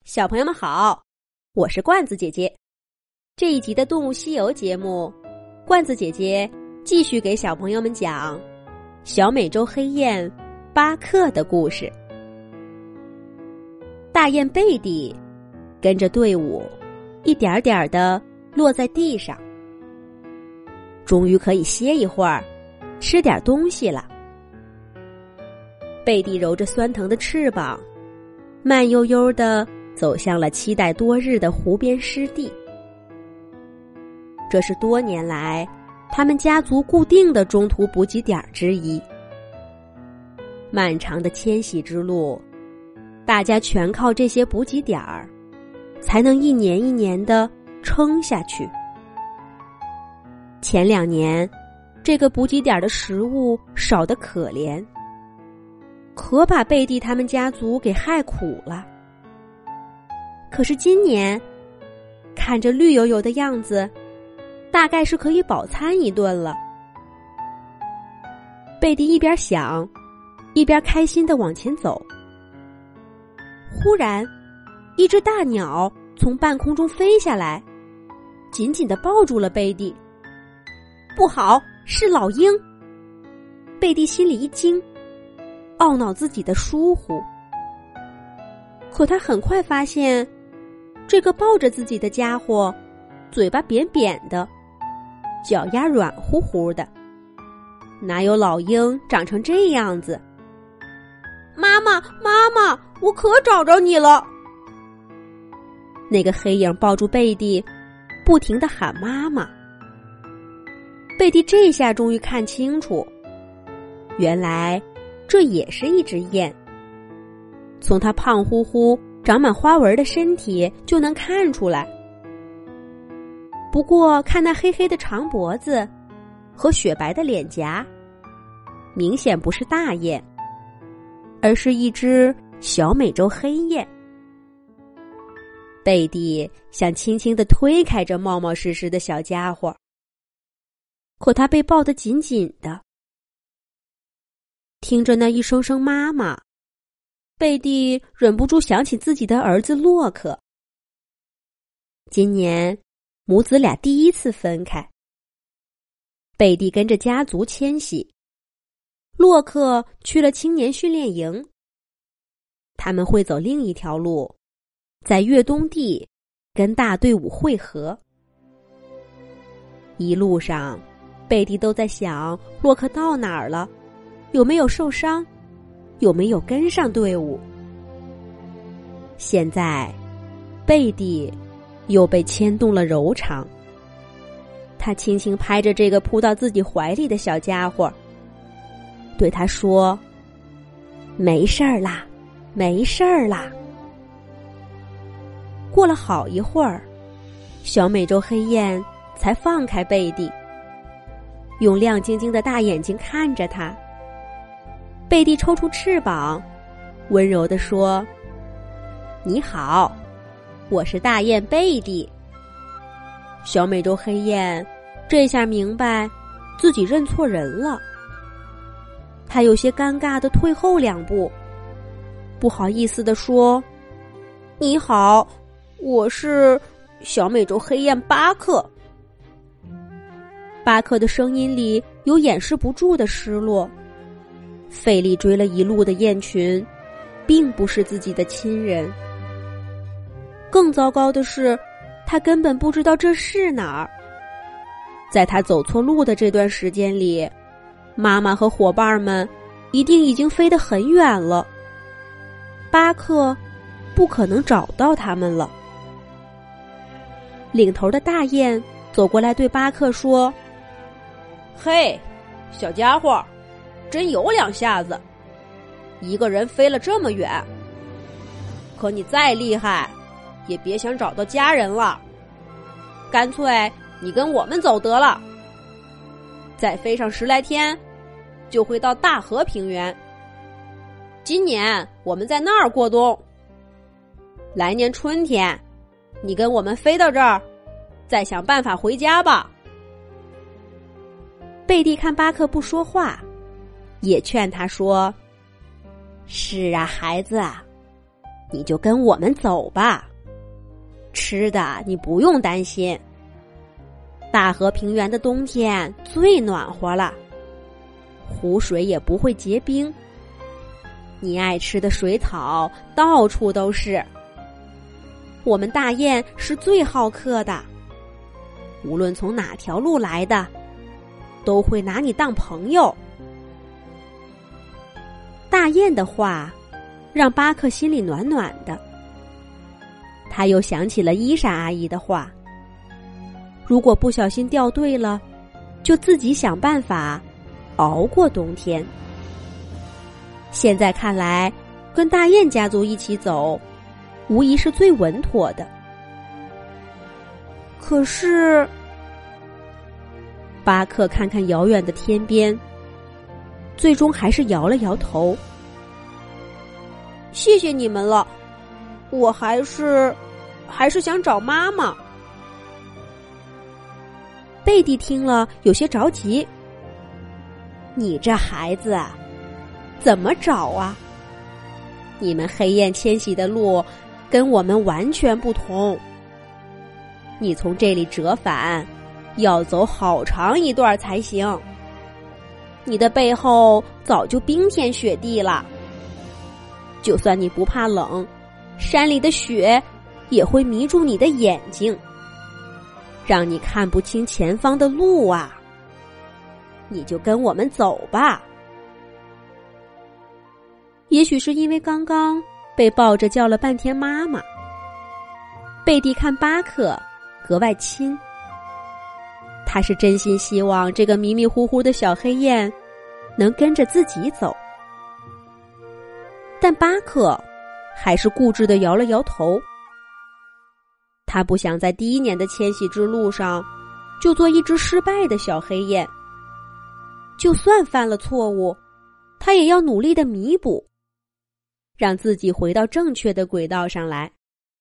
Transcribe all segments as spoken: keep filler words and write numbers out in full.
小朋友们好，我是罐子姐姐。这一集的《动物西游》节目，罐子姐姐继续给小朋友们讲小美洲黑雁巴克的故事。大雁贝蒂跟着队伍一点点地落在地上，终于可以歇一会儿，吃点东西了。贝蒂揉着酸疼的翅膀，慢悠悠地走向了期待多日的湖边湿地。这是多年来他们家族固定的中途补给点之一。漫长的迁徙之路，大家全靠这些补给点儿，才能一年一年地撑下去。前两年，这个补给点的食物少得可怜，可把贝蒂他们家族给害苦了。可是今年，看着绿油油的样子，大概是可以饱餐一顿了。贝蒂一边想，一边开心地往前走。忽然，一只大鸟从半空中飞下来，紧紧地抱住了贝蒂。不好，是老鹰！贝蒂心里一惊，懊恼自己的疏忽。可他很快发现，这个抱着自己的家伙，嘴巴扁扁的，脚丫软乎乎的，哪有老鹰长成这样子？妈妈，妈妈，我可找着你了！那个黑影抱住贝蒂，不停地喊妈妈。贝蒂这下终于看清楚，原来这也是一只雁。从它胖乎乎、长满花纹的身体就能看出来。不过看那黑黑的长脖子和雪白的脸颊，明显不是大雁，而是一只小美洲黑雁。贝蒂想轻轻地推开这冒冒失失的小家伙，可他被抱得紧紧的。听着那一声声妈妈，贝蒂忍不住想起自己的儿子洛克。今年母子俩第一次分开，贝蒂跟着家族迁徙，洛克去了青年训练营。他们会走另一条路，在越冬地跟大队伍会合。一路上，贝蒂都在想洛克到哪儿了，有没有受伤，有没有跟上队伍。现在贝蒂又被牵动了柔肠，他轻轻拍着这个扑到自己怀里的小家伙，对他说：没事儿啦，没事儿啦。过了好一会儿，小美洲黑雁才放开贝蒂，用亮晶晶的大眼睛看着他。贝蒂抽出翅膀，温柔地说：你好，我是大雁贝蒂。小美洲黑雁这下明白自己认错人了，他有些尴尬地退后两步，不好意思地说：你好，我是小美洲黑雁巴克。巴克的声音里有掩饰不住的失落，费力追了一路的雁群，并不是自己的亲人。更糟糕的是，他根本不知道这是哪儿。在他走错路的这段时间里，妈妈和伙伴们一定已经飞得很远了，巴克不可能找到他们了。领头的大雁走过来对巴克说：嘿，小家伙，真有两下子，一个人飞了这么远，可你再厉害也别想找到家人了，干脆你跟我们走得了。再飞上十来天就会到大河平原，今年我们在那儿过冬，来年春天你跟我们飞到这儿，再想办法回家吧。贝蒂看巴克不说话，也劝他说：是啊，孩子， 你就跟我们走吧，吃的你不用担心。大河平原的冬天最暖和了，湖水也不会结冰，你爱吃的水草到处都是。我们大雁是最好客的，无论从哪条路来的，都会拿你当朋友。大雁的话让巴克心里暖暖的，他又想起了伊莎阿姨的话，如果不小心掉队了，就自己想办法熬过冬天。现在看来，跟大雁家族一起走，无疑是最稳妥的。可是，巴克看看遥远的天边，最终还是摇了摇头。谢谢你们了，我还是还是想找妈妈。贝蒂听了有些着急，你这孩子啊，怎么找啊？你们黑雁迁徙的路跟我们完全不同，你从这里折返要走好长一段才行，你的背后早就冰天雪地了。就算你不怕冷，山里的雪也会迷住你的眼睛，让你看不清前方的路啊。你就跟我们走吧。也许是因为刚刚被抱着叫了半天妈妈，贝蒂看巴克格外亲，他是真心希望这个迷迷糊糊的小黑雁能跟着自己走。但巴克还是固执地摇了摇头，他不想在第一年的迁徙之路上就做一只失败的小黑雁，就算犯了错误，他也要努力地弥补，让自己回到正确的轨道上来。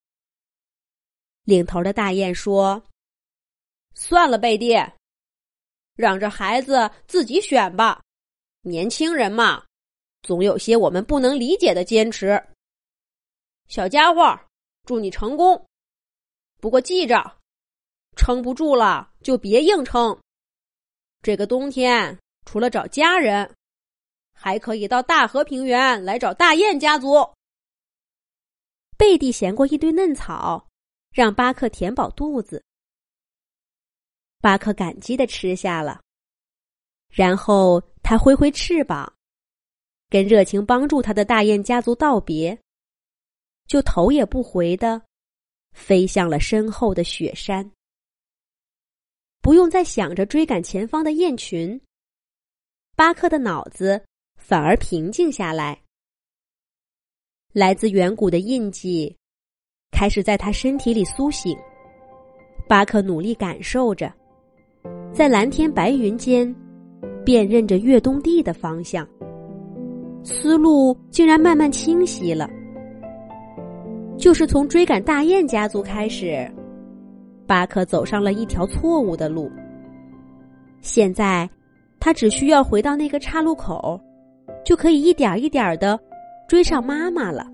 领头的大雁说：算了，贝蒂，让这孩子自己选吧，年轻人嘛，总有些我们不能理解的坚持。小家伙，祝你成功，不过记着，撑不住了就别硬撑。这个冬天除了找家人，还可以到大河平原来找大雁家族。贝蒂衔过一堆嫩草，让巴克填饱肚子。巴克感激地吃下了，然后他挥挥翅膀，跟热情帮助他的大雁家族道别，就头也不回地飞向了身后的雪山。不用再想着追赶前方的雁群，巴克的脑子反而平静下来。来自远古的印记开始在他身体里苏醒，巴克努力感受着，在蓝天白云间辨认着越冬地的方向，思路竟然慢慢清晰了。就是从追赶大雁家族开始，巴克走上了一条错误的路。现在他只需要回到那个岔路口，就可以一点一点地追上妈妈了。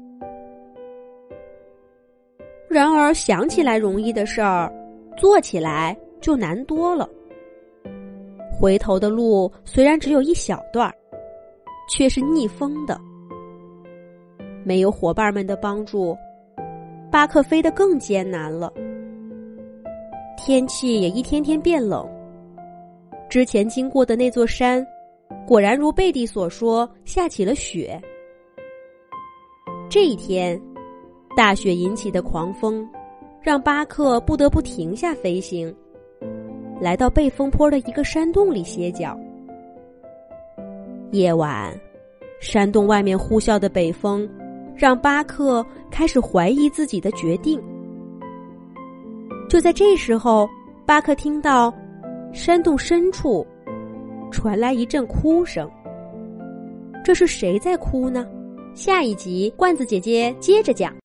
然而想起来容易的事儿，做起来就难多了。回头的路虽然只有一小段，却是逆风的。没有伙伴们的帮助，巴克飞得更艰难了。天气也一天天变冷，之前经过的那座山，果然如贝蒂所说，下起了雪。这一天，大雪引起的狂风，让巴克不得不停下飞行，来到背风坡的一个山洞里歇脚。夜晚，山洞外面呼啸的北风，让巴克开始怀疑自己的决定。就在这时候，巴克听到山洞深处传来一阵哭声。这是谁在哭呢？下一集罐子姐姐接着讲。